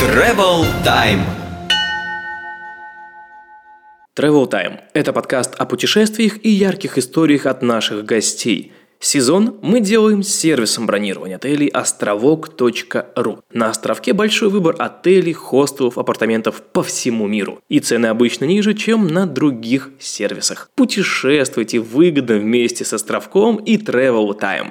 Travel Time. Travel Time – это подкаст о путешествиях и ярких историях от наших гостей. Сезон мы делаем с сервисом бронирования отелей островок.ру. На островке большой выбор отелей, хостелов, апартаментов по всему миру. И цены обычно ниже, чем на других сервисах. Путешествуйте выгодно вместе с островком и Travel Time.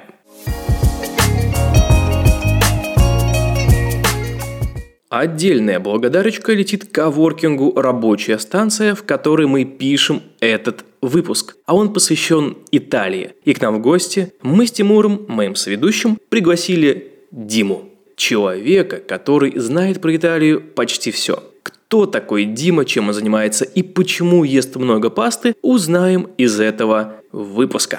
Отдельная благодарочка летит к коворкингу «Рабочая станция», в которой мы пишем этот выпуск. А он посвящен Италии. И к нам в гости мы с Тимуром, моим соведущим, пригласили Диму. Человека, который знает про Италию почти все. Кто такой Дима, чем он занимается и почему ест много пасты, узнаем из этого выпуска.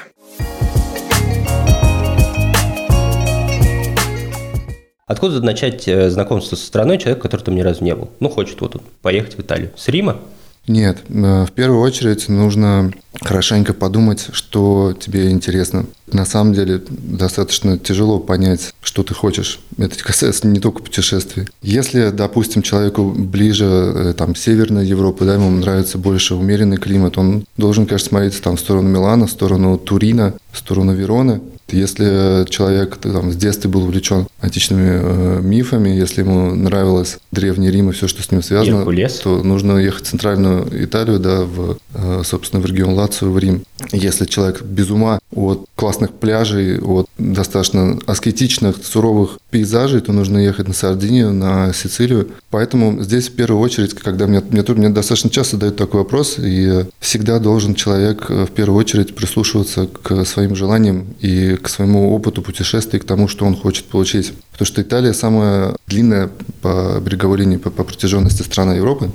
Откуда начать знакомство со страной человека, который там ни разу не был? Хочет вот поехать в Италию. С Рима? Нет, в первую очередь нужно хорошенько подумать, что тебе интересно. На самом деле достаточно тяжело понять, что ты хочешь. Это касается не только путешествий. Если, допустим, человеку ближе Северной Европы, ему нравится больше умеренный климат, он должен, конечно, смотреть в сторону Милана, в сторону Турина, в сторону Вероны. Если человек с детства был увлечен античными мифами, если ему нравилось Древний Рим и все, что с ним связано, Геркулес, то нужно ехать в центральную Италию, собственно, в регион Лацио, в Рим. Если человек без ума от классных пляжей, от достаточно аскетичных, суровых пейзажей, то нужно ехать на Сардинию, на Сицилию. Поэтому здесь в первую очередь, когда мне достаточно часто задают такой вопрос, и всегда должен человек в первую очередь прислушиваться к своим желаниям и к своему опыту путешествий, к тому, что он хочет получить. Потому что Италия самая длинная по береговой линии, по протяженности страна Европы.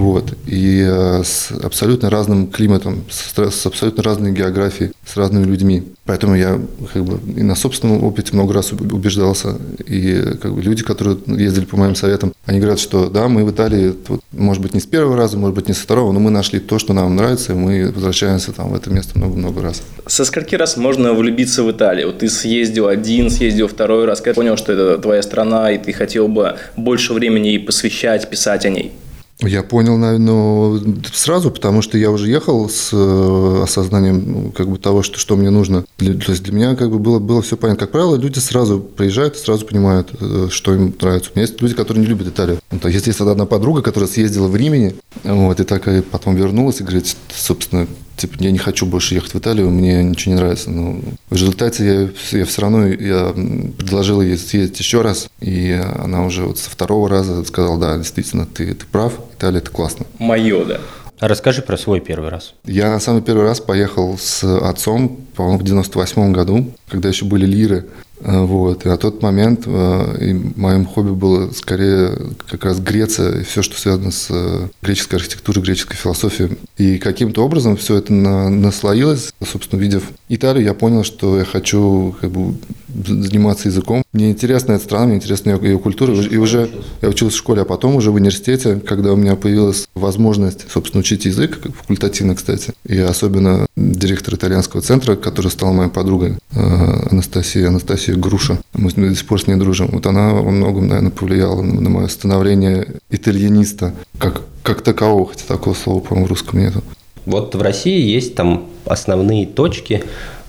И с абсолютно разным климатом, с абсолютно разной географией, с разными людьми. Поэтому я и на собственном опыте много раз убеждался. И люди, которые ездили по моим советам, они говорят, что да, мы в Италии, может быть, не с первого раза, может быть, не со второго, но мы нашли то, что нам нравится, и мы возвращаемся в это место много-много раз. Со скольки раз можно влюбиться в Италию? Ты съездил один, съездил второй раз, когда понял, что это твоя страна, и ты хотел бы больше времени ей посвящать, писать о ней? Я понял, наверное, сразу, потому что я уже ехал с осознанием того, что мне нужно. То есть для меня было все понятно. Как правило, люди сразу приезжают и сразу понимают, что им нравится. У меня есть люди, которые не любят Италию. Есть одна подруга, которая съездила в Римени, и так и потом вернулась и говорит, собственно, я не хочу больше ехать в Италию, мне ничего не нравится. Но в результате я все равно предложил ей съездить еще раз, и она уже со второго раза сказала, да, действительно, ты прав, Италия – это классно. Мое, да. А расскажи про свой первый раз. Я, на самом деле, первый раз поехал с отцом, по-моему, в 98 году, когда еще были лиры. И на тот момент моим хобби было скорее как раз Греция и все, что связано с греческой архитектурой, греческой философией. И каким-то образом все это наслоилось. Собственно, увидев Италию, я понял, что я хочу заниматься языком. Мне интересна эта страна, мне интересна ее культура. И уже я учился в школе, а потом уже в университете, когда у меня появилась возможность, собственно, учить язык, факультативно, кстати. И особенно директор итальянского центра, который стала моей подругой, Анастасия Груша. Мы до сих пор с ней дружим. Она во многом, наверное, повлияла на мое становление итальяниста, как такового, хотя такого слова, по-моему, в русском нету. В России есть там основные точки,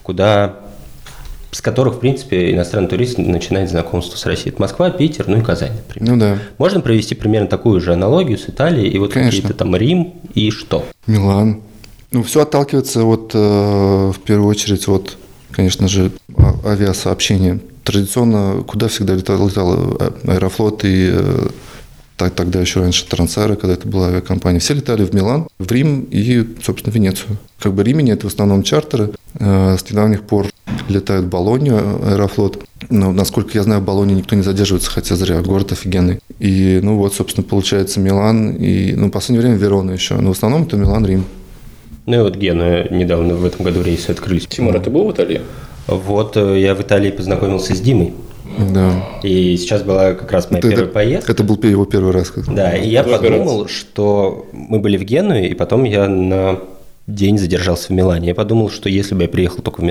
с которых, в принципе, иностранный турист начинает знакомство с Россией. Это Москва, Питер, и Казань, например. Да. Можно провести примерно такую же аналогию с Италией, и Конечно. какие-то Рим и что? Милан. Все отталкивается в первую очередь конечно же, авиасообщение. Традиционно куда всегда летал Аэрофлот и тогда еще раньше Трансаэро, когда это была авиакомпания. Все летали в Милан, в Рим и, собственно, в Венецию. Римени это в основном чартеры. С недавних пор летают в Болонью Аэрофлот. Но, насколько я знаю, в Болонье никто не задерживается, хотя зря, город офигенный. И, собственно, получается Милан и, в последнее время Верона еще. Но в основном это Милан, Рим. Гена недавно в этом году рейсы открылись. Тимур, а ты был в Италии? Я в Италии познакомился с Димой. Да. И сейчас была как раз моя первая поездка. Это был его первый раз. Да, и я подумал, что мы были в Генуе, и потом я на день задержался в Милане. Я подумал, что если бы я приехал только в Милан,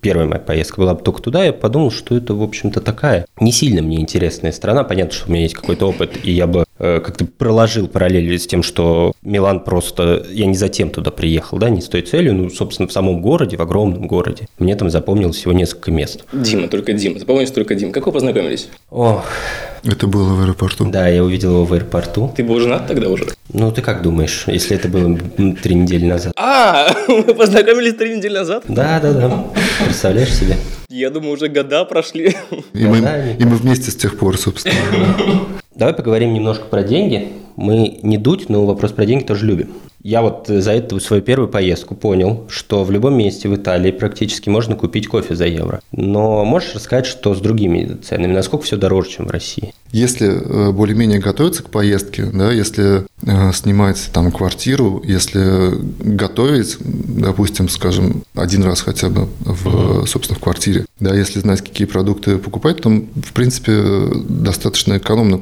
первая моя поездка была бы только туда, я подумал, что это, в общем-то, такая не сильно мне интересная страна. Понятно, что у меня есть какой-то опыт, и я бы как-то проложил параллели с тем, что Милан просто... Я не затем туда приехал, да, не с той целью, ну, собственно, в самом городе, в огромном городе. Мне там запомнилось всего несколько мест. Дима, только Дима. Запомнилось только Дима. Как вы познакомились? Ох. Это было в аэропорту. Да, я увидел его в аэропорту. Ты был женат тогда уже? Ну, ты как думаешь, если это было 3 недели назад? Мы познакомились 3 недели назад? Да. Представляешь себе? Я думаю, уже года прошли. И мы вместе с тех пор, собственно. Давай поговорим немножко про деньги. Мы не дуть, но вопрос про деньги тоже любим. Я вот за эту свою первую поездку понял, что в любом месте в Италии практически можно купить кофе за евро. Но можешь рассказать, что с другими ценами? Насколько все дороже, чем в России? Если более-менее готовиться к поездке, да, если снимать там квартиру, если готовить, допустим, скажем, один раз хотя бы собственно, в квартире, да, если знать, какие продукты покупать, то, в принципе, достаточно экономно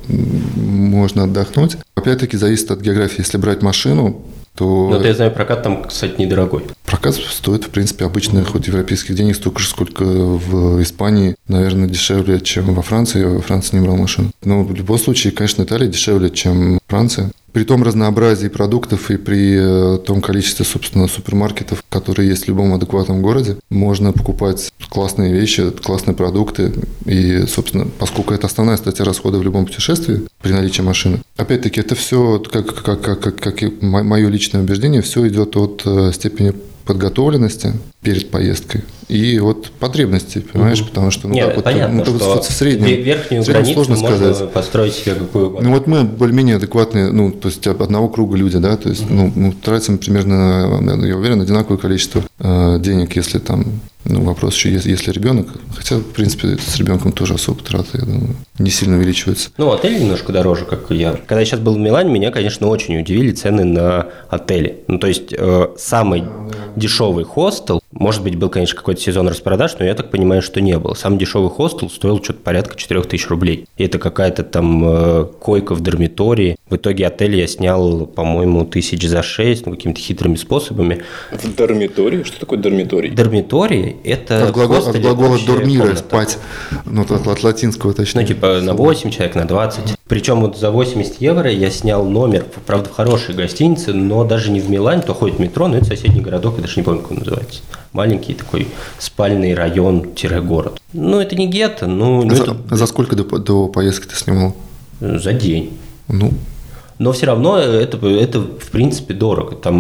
можно отдохнуть. Опять-таки, зависит от географии. Если брать машину, то... Но я знаю, прокат там, кстати, недорогой. Прокат стоит, в принципе, обычных европейских денег столько же, сколько в Испании. Наверное, дешевле, чем во Франции. Я во Франции не брал машину. Но в любом случае, конечно, Италия дешевле, чем Франция. При том разнообразии продуктов и при том количестве, собственно, супермаркетов, которые есть в любом адекватном городе, можно покупать классные вещи, классные продукты. И, собственно, поскольку это основная статья расхода в любом путешествии при наличии машины, опять-таки, это все, как и мое личное убеждение, все идет от степени подготовленности перед поездкой и от потребностей, понимаешь, потому что понятно, что в среднем верхнюю границу сложно можно сказать. Построить себе какую угодно. Ну вот мы более-менее адекватные, то есть одного круга люди, да, то есть мы тратим примерно, я уверен, одинаковое количество денег, если там, вопрос еще, если ребенок, хотя, в принципе, с ребенком тоже особо траты, я думаю, не сильно увеличиваются. Отели немножко дороже, как я. Когда я сейчас был в Милане, меня, конечно, очень удивили цены на отели. То есть, самый дешевый хостел, может быть, был, конечно, какой-то сезон распродаж, но я так понимаю, что не было. Самый дешевый хостел стоил что-то порядка 4000 рублей. И это какая-то там койка в дармитории. В итоге отель я снял, по-моему, 6 какими-то хитрыми способами. В дармитории? Что такое дармиторий? Дармиторий – это от глагола «дормира» – спать, от латинского точнее. На 8 человек, на 20. Причем вот за 80 евро я снял номер, правда, в хорошей гостинице, но даже не в Милане, то ходит метро, но это соседний городок, я даже не помню, как он называется. Маленький такой спальный район-город. Это не гетто, За сколько до поездки ты снимал? За день. Ну... Но все равно это в принципе дорого. Там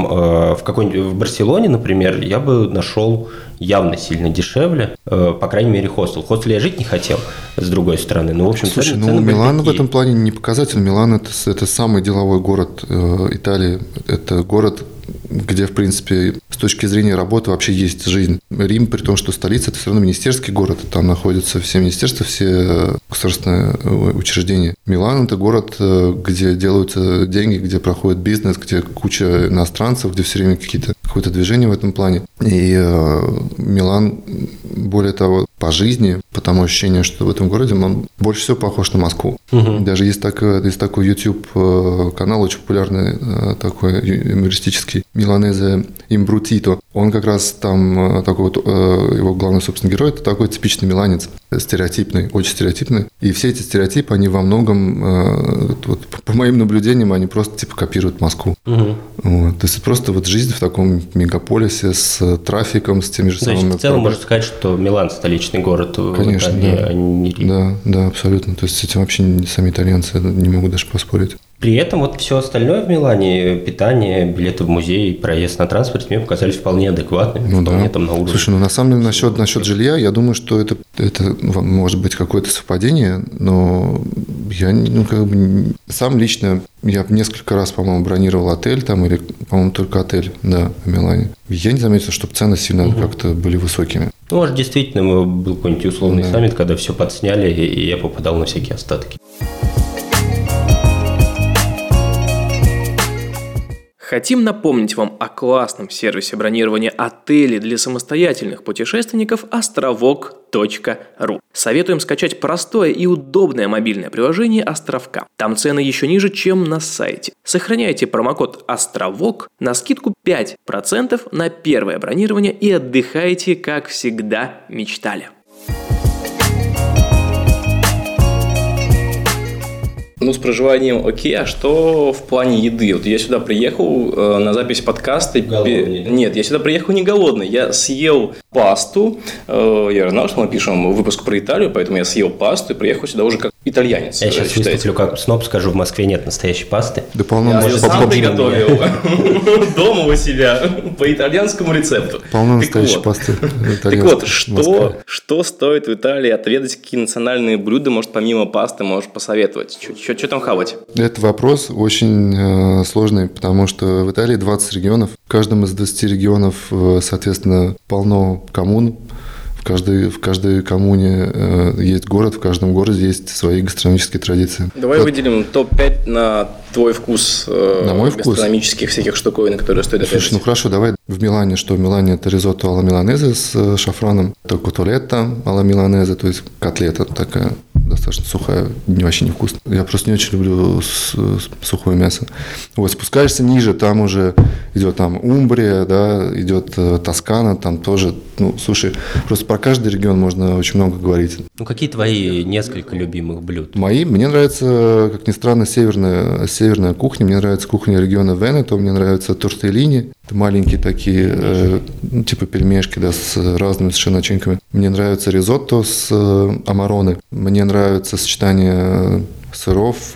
в Барселоне, например, я бы нашел явно сильно дешевле, по крайней мере, хостел. В хостеле я жить не хотел, с другой стороны. В общем, слушай, Милан в этом плане не показатель. Милан – это самый деловой город Италии. Это город, где, в принципе, с точки зрения работы вообще есть жизнь. Рим, при том, что столица – это все равно министерский город. Там находятся все министерства, все государственные учреждения. Милан – это город, где делаются деньги, где проходит бизнес, где куча иностранцев, где все время какое-то движение в этом плане. И Милан, более того, по жизни, по тому ощущению, что в этом городе он больше всего похож на Москву. Даже есть такой YouTube-канал, очень популярный, такой юмористический, «Миланезе Имбрутито». Он как раз там, такой вот, его главный, собственно, герой, это такой типичный миланец, стереотипный, очень стереотипный. И все эти стереотипы, они во многом, по моим наблюдениям, они просто типа копируют Москву. То есть просто жизнь в таком мегаполисе с трафиком, с теми же самыми... То есть в целом можно сказать, что Милан столичный город в Италии, а не Рим. Да, абсолютно. То есть с этим вообще сами итальянцы не могут даже поспорить. При этом все остальное в Милане, питание, билеты в музей, проезд на транспорте, мне показались вполне адекватными, вполне там на уровне. Слушай, на самом деле насчет жилья, я думаю, что это может быть какое-то совпадение, но я сам лично, я несколько раз, по-моему, бронировал отель там, или, по-моему, только отель, да, в Милане. Я не заметил, чтобы цены сильно как-то были высокими. Может, действительно, был какой-нибудь условный саммит, когда все подсняли, и я попадал на всякие остатки. Хотим напомнить вам о классном сервисе бронирования отелей для самостоятельных путешественников островок.ру. Советуем скачать простое и удобное мобильное приложение Островка. Там цены еще ниже, чем на сайте. Сохраняйте промокод «Островок» на скидку 5% на первое бронирование и отдыхайте, как всегда мечтали. Ну, с проживанием окей, а что в плане еды? Вот я сюда приехал на запись подкаста. Нет, я сюда приехал не голодный. Я съел пасту. Я знал, что мы пишем выпуск про Италию, поэтому я съел пасту и приехал сюда уже как итальянец. Я сейчас выступлю как сноб, скажу, в Москве нет настоящей пасты. Да полно я ее сам приготовил дома у себя по итальянскому рецепту. Полно настоящей пасты. Так вот, что стоит в Италии отведать, какие национальные блюда, может, помимо пасты, можешь посоветовать? Что там хавать? Это вопрос очень сложный, потому что в Италии 20 регионов. В каждом из 20 регионов, соответственно, полно коммун. В каждой коммуне есть город, в каждом городе есть свои гастрономические традиции. Давай выделим топ-5 на твой вкус, на мой гастрономических всяких штуковин, которые стоит ответить. Слушай, ну хорошо, давай в Милане, что в Милане это ризотто алла миланезе с шафраном, это котолетта алла миланезе, то есть котлета такая достаточно сухая, вообще невкусно. Я просто не очень люблю сухое мясо. Вот, спускаешься ниже, там уже идет там Умбрия, да, идет Тоскана, там тоже, ну, слушай, просто про каждый регион можно очень много говорить. Ну, какие твои несколько любимых блюд? Мои? Мне нравится, как ни странно, северная кухня. Мне нравится кухня региона Венето, мне нравятся тортеллини. Это маленькие такие, типа пельмешки, да, с разными совершенно начинками. Мне нравится ризотто с амароны. Мне нравится сочетание сыров,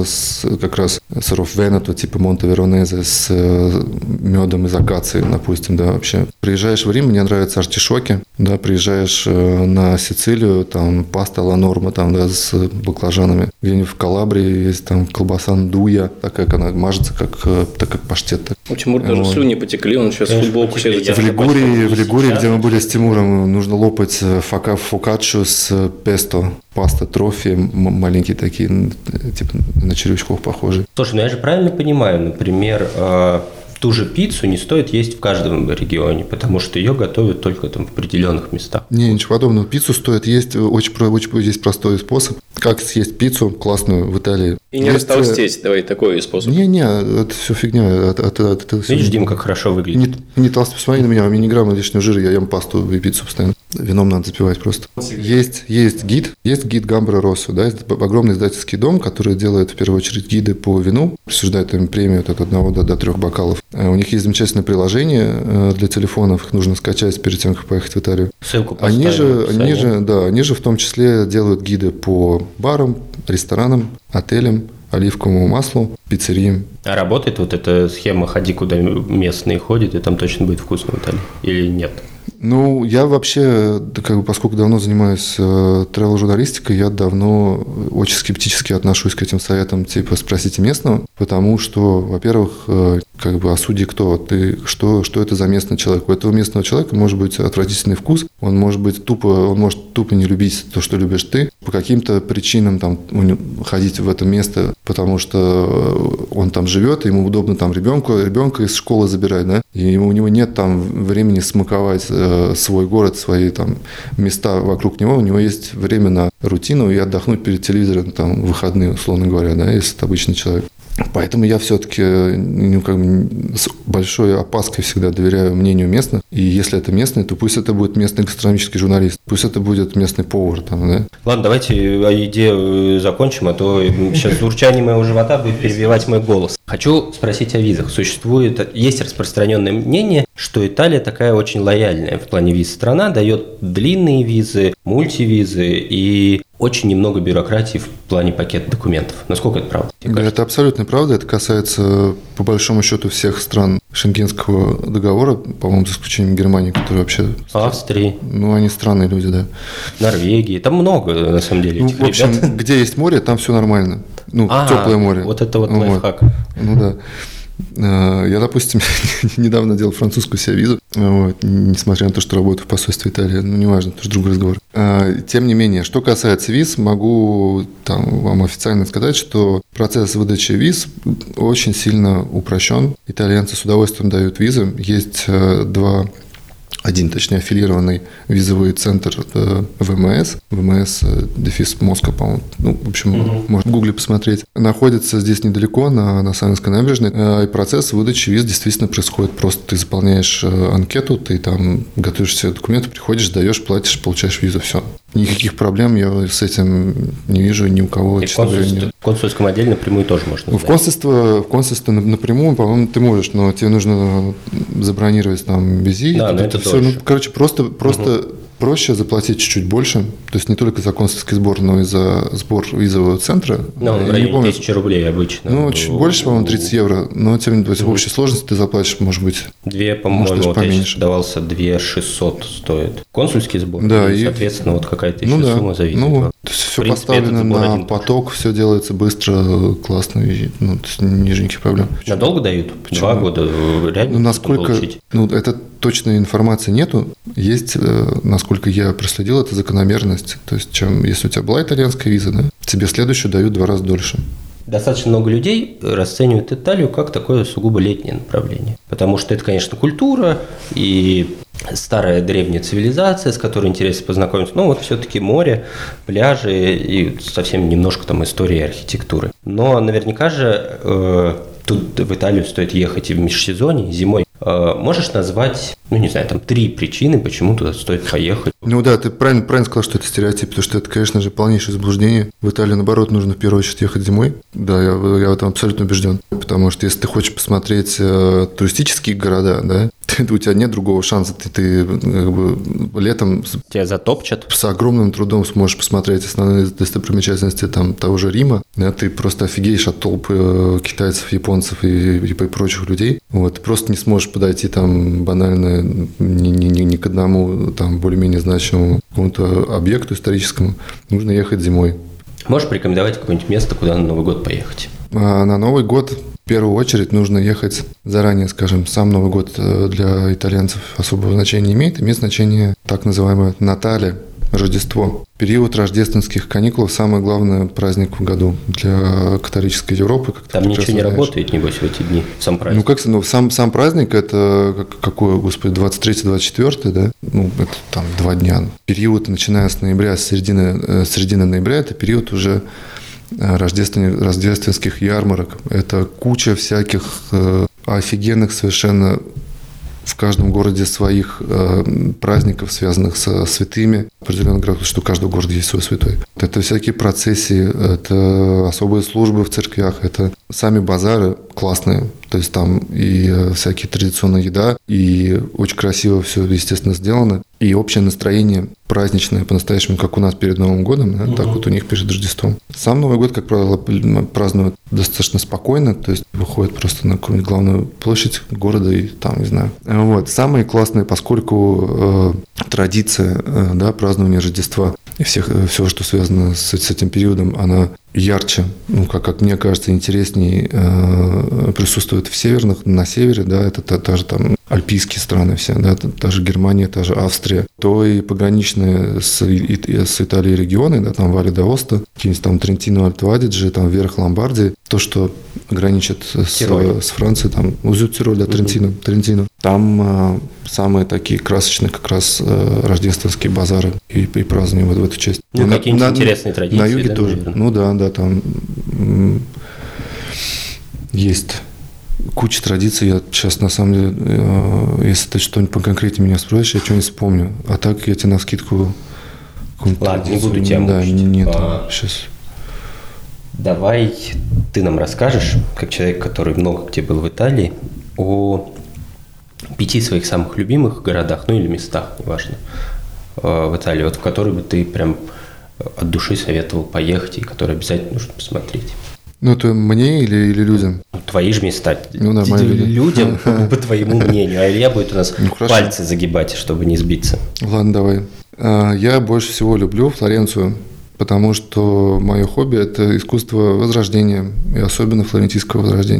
как раз сыров Венето, типа Монте-Веронезе с медом из акации, допустим, да, вообще. Приезжаешь в Рим, мне нравятся артишоки, да, приезжаешь на Сицилию, там паста ла норма, там, да, с баклажанами. Где-нибудь в Калабрии есть там колбаса ндуя, такая, как она мажется, как паштет. У Тимура даже слюни потекли, он сейчас футболку себе затянул. В Лигурии, где мы были с Тимуром, нужно лопать фокаччо с песто. Паста, трофи, маленькие такие, типа на червячков похожие. Слушай, ну я же правильно понимаю, например, ту же пиццу не стоит есть в каждом регионе, потому что ее готовят только там в определенных местах. Не, ничего подобного. Пиццу стоит есть, очень есть простой способ. Как съесть пиццу классную в Италии. И не растолстеть, давай такой способ. Не, это все фигня. Видишь, Дим, как хорошо выглядит. Не толстый, посмотри на меня, у меня ни грамма лишнего жира, я ем пасту и пиццу постоянно. Вином надо запивать просто. Есть гид Гамбро Россо, да, это огромный издательский дом, который делает в первую очередь гиды по вину, присуждает им премию от 1 до 3 бокалов. У них есть замечательное приложение для телефонов, их нужно скачать перед тем, как поехать в Италию. Ссылку поставим. Они же в том числе делают гиды по барам, ресторанам, отелям, оливковому маслу, пиццериям. А работает вот эта схема «ходи, куда местные ходят», и там точно будет вкусно в Италии? Или нет? Ну, я вообще, поскольку давно занимаюсь travel-журналистикой, я давно очень скептически отношусь к этим советам, типа «спросите местного», потому что, во-первых, а судьи кто? Что это за местный человек? У этого местного человека может быть отвратительный вкус, он может тупо не любить то, что любишь ты, по каким-то причинам там ходить в это место, потому что он там живет, ему удобно там ребенка из школы забирать, да, и у него нет там времени смаковать свой город, свои там места вокруг него, у него есть время на рутину и отдохнуть перед телевизором там в выходные, условно говоря, да, если это обычный человек. Поэтому я все-таки с большой опаской всегда доверяю мнению местных. И если это местный, то пусть это будет местный гастрономический журналист, пусть это будет местный повар. Там, да? Ладно, давайте о еде закончим, а то сейчас урчание моего живота будет перебивать мой голос. Хочу спросить о визах. Есть распространенное мнение, что Италия такая очень лояльная в плане виз страна, дает длинные визы, мультивизы и очень немного бюрократии в плане пакета документов. Насколько это правда? Да, это абсолютно правда. Это касается, по большому счету, всех стран Шенгенского договора, по-моему, за исключением Германии, которая вообще... Австрии. Ну, они странные люди, да. Норвегии. Там много, на самом деле, этих в общем, ребят. Где есть море, там все нормально. Ну, теплое море. Вот это вот лайфхак. Ну, да. Я, допустим, недавно делал французскую себе визу, вот, несмотря на то, что работаю в посольстве Италии, ну, неважно, это уже другой разговор. Тем не менее, что касается виз, могу вам официально сказать, что процесс выдачи виз очень сильно упрощен. Итальянцы с удовольствием дают визы. Есть один, точнее, аффилированный визовый центр ВМС, дефис Москва, по-моему, ну, в общем, можно в Гугле посмотреть, находится здесь недалеко, на Савинской набережной, и процесс выдачи виз действительно происходит просто. Ты заполняешь анкету, ты там готовишь все документы, приходишь, сдаешь, платишь, получаешь визу, все. Никаких проблем я с этим не вижу ни у кого. И в консульском отделе напрямую тоже можно. В консульство напрямую, по-моему, ты можешь, но тебе нужно забронировать там визит. Да, но это все. Ну, короче, просто проще заплатить чуть-чуть больше. То есть не только за консульский сбор, но и за сбор визового центра. Ну, в районе 1000 рублей обычно. Ну, чуть больше, по-моему, 30 евро. Но тем не менее, в общей сложности ты заплатишь, может быть, по-моему, вот поменьше. я сейчас давался 2600 стоит. Консульский сбор. Да, и, соответственно, вот какая-то еще сумма зависит. Ну, все принципе, поставлено на поток, все делается быстро, классно, ну, ниже никаких проблем. Надолго дают? 2 года реально? Ну, насколько, это точной информации нету. Есть, насколько я проследил, это закономерность. То есть, если у тебя была итальянская виза, да, тебе следующую дают 2 раза дольше. Достаточно много людей расценивают Италию как такое сугубо летнее направление. Потому что это, конечно, культура и старая древняя цивилизация, с которой интересно познакомиться. Но вот все-таки море, пляжи и совсем немножко там истории и архитектуры. Но наверняка же тут в Италию стоит ехать и в межсезонье, зимой. Можешь назвать, 3 причины, почему туда стоит поехать? Ну да, ты правильно сказал, что это стереотип, потому что это, конечно же, полнейшее заблуждение. В Италию, наоборот, нужно в первую очередь ехать зимой. Да, я в этом абсолютно убежден. Потому что если ты хочешь посмотреть туристические города, да, у тебя нет другого шанса. Ты как бы летом тебя затопчат. С огромным трудом сможешь посмотреть основные достопримечательности там, того же Рима. Да, ты просто офигеешь от толпы китайцев, японцев и прочих людей. Вот, ты просто не сможешь подойти там банально ни к одному там более-менее значимому какому-то объекту историческому. Нужно ехать зимой. Можешь порекомендовать какое-нибудь место, куда на Новый год поехать? На Новый год в первую очередь нужно ехать заранее, скажем, сам Новый год для итальянцев особого значения не имеет. Имеет значение так называемое Натале, Рождество. Период рождественских каникул – самый главный праздник в году для католической Европы. Там ничего не работает, небось, в эти дни, сам праздник? Сам праздник – это какой, господи, 23-24, да? Это там 2 дня. Период, начиная с ноября, с середины ноября – это период уже рождественских ярмарок. Это куча всяких офигенных совершенно в каждом городе своих праздников, связанных со святыми. Определенно говорят, что у каждого города есть свой святой. Это всякие процессии, это особые службы в церквях, это сами базары классные. То есть там и всякие традиционная еда, и очень красиво все, естественно, сделано. И общее настроение праздничное, по-настоящему, как у нас перед Новым годом, да, так вот у них перед Рождеством. Сам Новый год, как правило, празднуют достаточно спокойно, то есть выходят просто на какую-нибудь главную площадь города и там, не знаю. Вот. Самые классные, поскольку традиция, да, празднования Рождества и все, что связано с этим периодом, она ярче, как мне кажется, интереснее присутствует на севере, да, это та же там альпийские страны все, да, та же Германия, та же Австрия, то и пограничные с Италией регионы, да, там Вале д'Аоста, какие-нибудь там Трентино, Альто Адидже, там вверх Ломбардии, то, что граничит с Францией, там Узю-Тироль, да, Трентино, там самые такие красочные как раз рождественские базары и празднования в эту честь. Какие-нибудь интересные традиции. На юге да, тоже. Наверное. Да, там есть куча традиций. Я сейчас, на самом деле, если ты что-нибудь поконкретнее меня спросишь, я что-нибудь вспомню. А так я тебе навскидку... Ладно, не буду тебя мучить. Нет, сейчас... Давай ты нам расскажешь, как человек, который много где был в Италии, о 5 своих самых любимых городах, или местах, неважно, в Италии, в которые бы ты прям от души советовал поехать и которые обязательно нужно посмотреть. Это мне или людям? Твои же места. Нормально. Людям по твоему мнению, а Илья будет у нас пальцы загибать, чтобы не сбиться. Ладно, давай. Я больше всего люблю Флоренцию, потому что мое хобби – это искусство возрождения, и особенно флорентийского возрождения.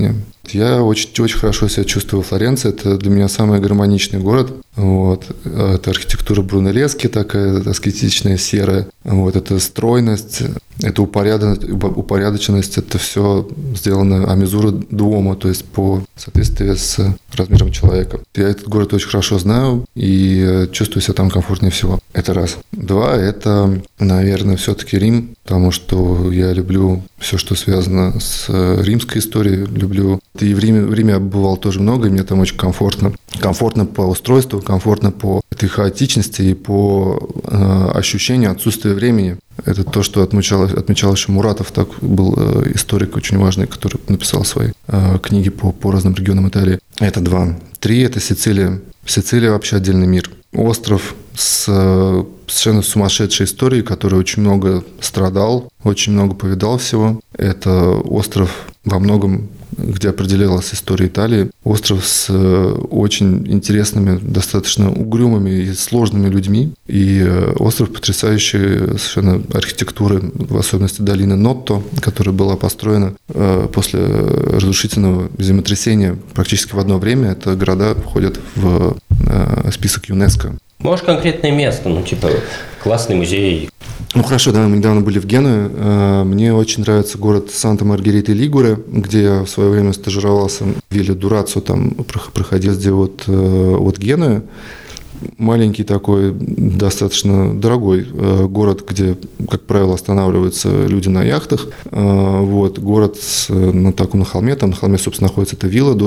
Я очень хорошо себя чувствую во Флоренции. Это для меня самый гармоничный город. Вот. Это архитектура Брунеллески такая аскетичная, серая. Вот. Это стройность, это упорядоченность. Это все сделано амизура дуомо, то есть по соответствии с размером человека. Я этот город очень хорошо знаю и чувствую себя там комфортнее всего. Это раз. Два, это, наверное, все-таки Рим, потому что я люблю все, что связано с римской историей. Люблю. И в Риме я бывал тоже много, и мне там очень комфортно. Комфортно по устройству, комфортно по этой хаотичности и по ощущению отсутствия времени. Это то, что отмечал еще Муратов, так был историк очень важный, который написал свои книги по разным регионам Италии. Это два. Три – это Сицилия. Сицилия вообще отдельный мир. Остров с совершенно сумасшедшей историей, который очень много страдал, очень много повидал всего. Это остров во многом, где определялась история Италии. Остров с очень интересными, достаточно угрюмыми и сложными людьми. И остров потрясающей совершенно архитектуры, в особенности долины Нотто, которая была построена после разрушительного землетрясения практически в одно время. Это города входят в список ЮНЕСКО. Можешь конкретное место, типа классный музей? Хорошо, да, мы недавно были в Генуе. Мне очень нравится город Санта-Маргарита-Лигуре, где я в свое время стажировался в Вилле Дурацо, там проходил где от Генуи. Маленький такой, достаточно дорогой город, где, как правило, останавливаются люди на яхтах. Вот, город на холме, там на холме, собственно, находится эта вилла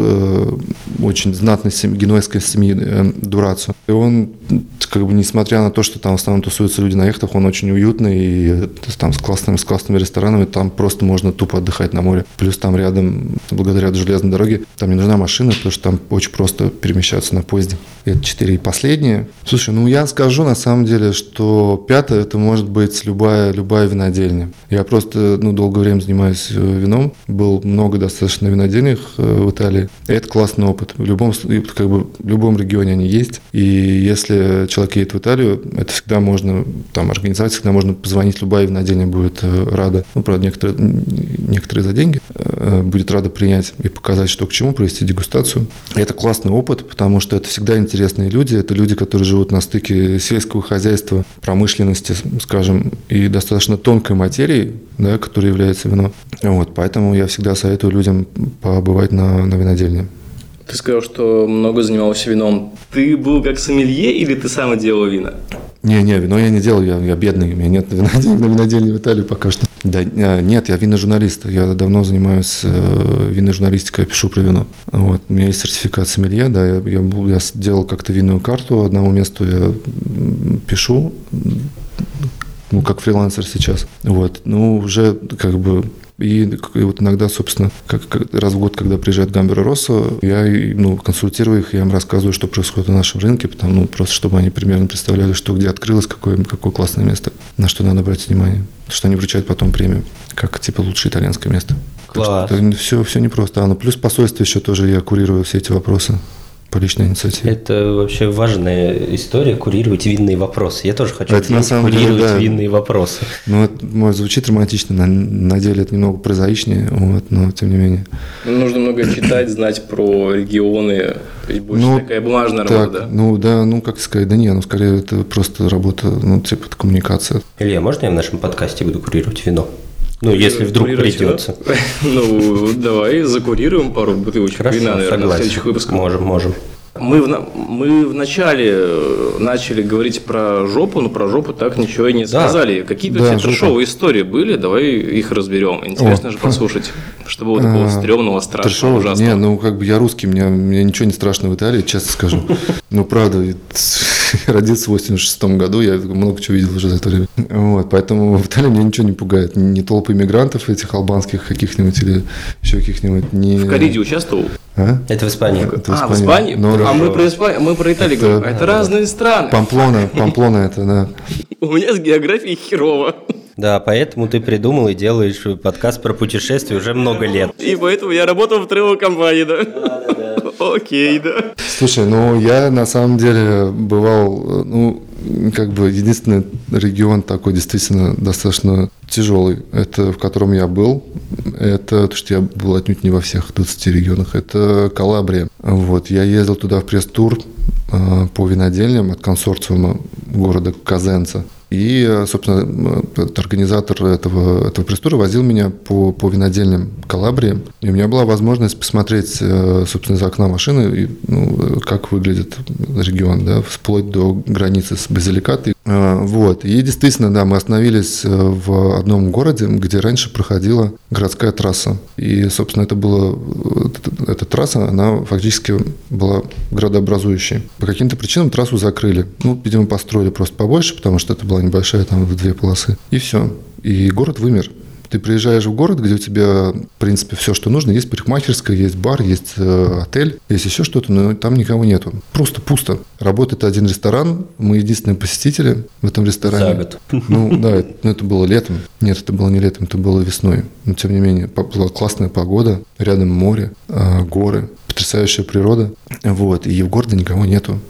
очень знатной генуэзской семьи Дурацо. И он, несмотря на то, что там в основном тусуются люди на яхтах, он очень уютный, и там с классными ресторанами, там просто можно тупо отдыхать на море. Плюс там рядом, благодаря железной дороге, там не нужна машина, потому что там очень просто перемещаться на поезде. Это 4 и последние. Слушай, я скажу на самом деле, что 5-е это может быть любая винодельня. Я просто долгое время занимаюсь вином, был много достаточно винодельных в Италии. И это классный опыт. В любом регионе они есть. И если человек едет в Италию, это всегда можно там организовать, всегда можно позвонить, любая винодельня будет рада. Правда, некоторые за деньги будет рада принять и показать, что к чему, провести дегустацию. И это классный опыт, потому что это всегда интересные люди. Это люди, которые живут на стыке сельского хозяйства, промышленности, скажем, и достаточно тонкой материи, да, которая является вино. Вот, поэтому я всегда советую людям побывать на винодельне. Ты сказал, что много занимался вином. Ты был как сомелье или ты сам делал вина? Не, вино я не делал, я бедный, у меня нет винодельни в Италии пока что. Да, нет, я виножурналист, я давно занимаюсь винной журналистикой, я пишу про вино. Вот, у меня есть сертификат сомелье, да, я сделал как-то винную карту, одному месту я пишу, как фрилансер сейчас. Вот, уже И вот иногда, собственно, раз в год, когда приезжает Гамбер и Россо, я консультирую их, я им рассказываю, что происходит на нашем рынке, просто чтобы они примерно представляли, что где открылось, какое классное место, на что надо брать внимание. Что они вручают потом премию, как лучшее итальянское место. Класс. Все непросто. Плюс посольство еще тоже я курирую все эти вопросы. По личной инициативе. Это вообще важная история, курировать винные вопросы. Я тоже хочу курировать винные вопросы. Это звучит романтично, на деле это немного прозаичнее, но тем не менее. Нужно много читать, знать про регионы, и больше такая бумажная работа, да? Как сказать, скорее это просто работа, это коммуникация. Илья, можно я в нашем подкасте буду курировать вино? Если вдруг придется. Давай закурируем пару бутылочек вина, наверное, в следующих выпусках. Можем. Мы вначале начали говорить про жопу, но про жопу так ничего и не сказали. Какие-то все трешовые истории были, давай их разберем. Интересно же послушать, что было такого стрёмного, страшного, ужасного. Я русский, мне ничего не страшно в Италии, честно скажу. Правда, я родился в 86 году, я много чего видел уже за это время. Поэтому в Италии меня ничего не пугает. Ни толпы иммигрантов этих албанских каких-нибудь или еще каких-нибудь. В Кариде участвовал? Это в Испании. В Испании? Мы про Италию говорим. Это разные страны. Памплона это, да. У меня с географией херово. Да, поэтому ты придумал и делаешь подкаст про путешествия уже много лет. И поэтому я работал в тревел-компании, да? Да. Окей, да. Слушай, я на самом деле бывал, единственный регион такой действительно достаточно тяжелый, это в котором я был, это, то, что я был отнюдь не во всех 20 регионах, это Калабрия. Вот, я ездил туда в пресс-тур по винодельням от консорциума города Козенца. И, собственно, организатор этого пресс-тура возил меня по винодельням Калабрии. И у меня была возможность посмотреть, собственно, из окна машины, как выглядит регион, да, вплоть до границы с Базиликатой. Вот. И действительно, да, мы остановились в одном городе, где раньше проходила городская трасса. И, собственно, эта трасса, она фактически была градообразующей. По каким-то причинам трассу закрыли. Видимо, построили просто побольше, потому что это была небольшая, там, в 2 полосы. И все. И город вымер. Ты приезжаешь в город, где у тебя, в принципе, все, что нужно. Есть парикмахерская, есть бар, есть отель, есть еще что-то, но там никого нету. Просто пусто. Работает один ресторан. Мы единственные посетители в этом ресторане. За год. Да, это было летом. Нет, это было не летом, это было весной. Но, тем не менее, была классная погода. Рядом море, горы. Потрясающая природа. Вот. И в городе никого нету.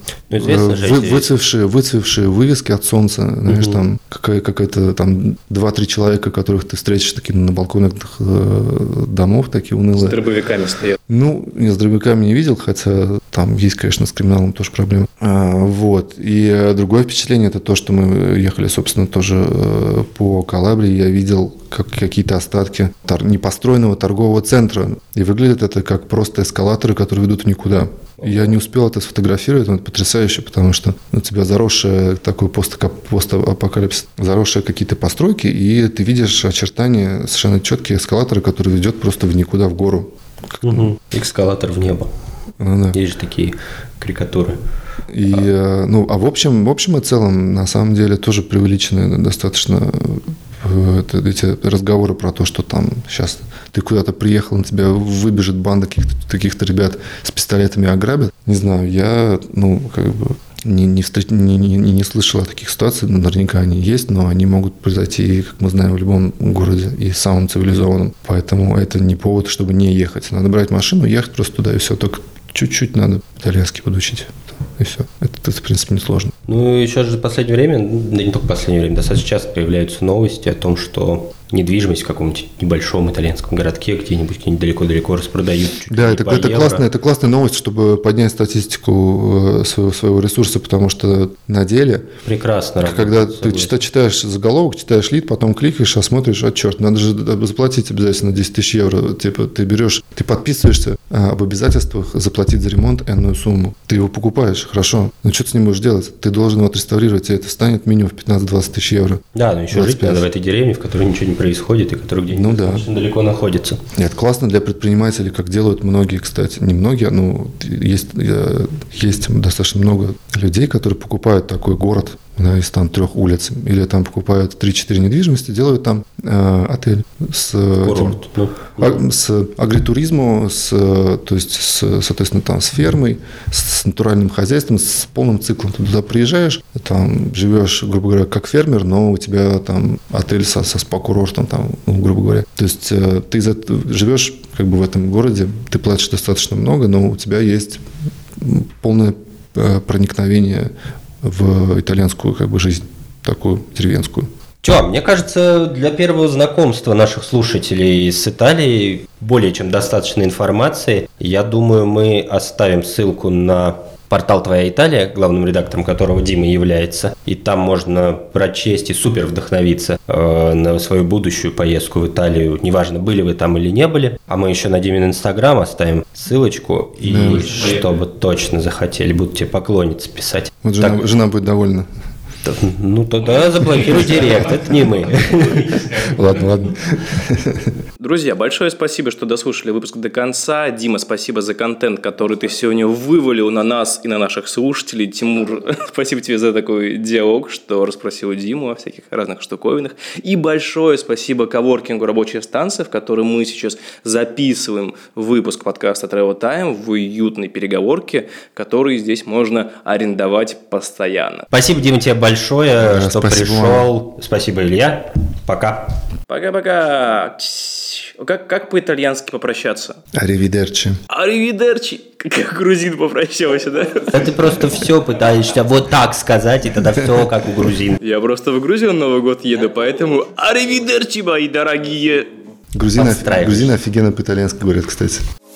Выцвевшие вывески от солнца. Знаешь, там какая-то там 2-3 человека, которых ты встретишь такими на балконах домов, такие унылые. С дробовиками стоят. Я с дробовиками не видел, хотя там есть, конечно, с криминалом тоже проблемы. Вот. И другое впечатление — это то, что мы ехали, собственно, тоже по Калабрии. Я видел какие-то остатки непостроенного торгового центра. И выглядит это как просто эскалаторы, которые ведут в никуда. Я не успел это сфотографировать, но это потрясающе, потому что у тебя заросшая такой постапокалипсис, заросшие какие-то постройки, и ты видишь очертания совершенно четкие эскалаторы, которые ведет просто в никуда, в гору. Эскалатор в небо. Да. Есть же такие карикатуры. И, в общем и целом, на самом деле, тоже преувеличены достаточно эти разговоры про то, что там сейчас ты куда-то приехал, на тебя выбежит банда каких-то ребят с пистолетами и ограбят. Не знаю, я, не слышал о таких ситуациях, наверняка они есть, но они могут произойти, как мы знаем, в любом городе и самом цивилизованном. Поэтому это не повод, чтобы не ехать. Надо брать машину, ехать просто туда, и все. Только чуть-чуть надо итальянский подучить. И все. Это, в принципе, несложно. Еще же в последнее время, да не только в последнее время, достаточно часто появляются новости о том, что недвижимость в каком-нибудь небольшом итальянском городке где-нибудь далеко-далеко распродают. Да, это классная новость, чтобы поднять статистику своего ресурса, потому что на деле... Прекрасно. Когда ты читаешь заголовок, читаешь лид, потом кликаешь, а смотришь, черт, надо же заплатить обязательно 10 тысяч евро. Типа ты подписываешься об обязательствах заплатить за ремонт энную сумму. Ты его покупаешь, хорошо. Но что ты с ним будешь делать? Ты должен его отреставрировать, и это станет минимум в 15-20 тысяч евро. Да, но еще 25. Жить надо в этой деревне, в которой ничего не происходит, и который где-нибудь очень далеко находится. Это классно для предпринимателей, как делают многие, кстати. Не многие, но есть достаточно много людей, которые покупают такой город, из там 3 улиц, или там покупают 3-4 недвижимости, делают там отель с агритуризмом, соответственно, там с фермой, с натуральным хозяйством, с полным циклом. Ты туда приезжаешь, там живешь, грубо говоря, как фермер, но у тебя там отель со спа-курортом, там, грубо говоря. То есть ты живешь как бы в этом городе, ты платишь достаточно много, но у тебя есть полное проникновение в итальянскую как бы жизнь, такую деревенскую. Мне кажется, для первого знакомства наших слушателей с Италией более чем достаточно информации. Я думаю, мы оставим ссылку на портал «Твоя Италия», главным редактором которого Дима является. И там можно прочесть и супер вдохновиться на свою будущую поездку в Италию. Неважно, были вы там или не были. А мы еще на Димин Инстаграм оставим ссылочку. И чтобы точно захотели, будут тебе поклонницы писать. Вот жена будет довольна. Тогда заблокируй директ, это не мы. Ладно. Друзья, большое спасибо, что дослушали выпуск до конца. Дима, спасибо за контент, который ты сегодня вывалил на нас и на наших слушателей. Тимур, спасибо тебе за такой диалог, что расспросил Диму о всяких разных штуковинах. И большое спасибо коворкингу «Рабочая станция», в котором мы сейчас записываем выпуск подкаста Travel Time в уютной переговорке, который здесь можно арендовать постоянно. Спасибо, Дима, тебе большое, что пришел. Спасибо, Илья. Пока. Пока-пока. Как по-итальянски попрощаться? Аривидерчи. Аривидерчи. Как грузин попрощался, да? Ты просто все пытаешься вот так сказать, и тогда все как у грузин. Я просто в Грузию на Новый год еду, поэтому аривидерчи, мои дорогие. Грузины офигенно по-итальянски говорят, кстати.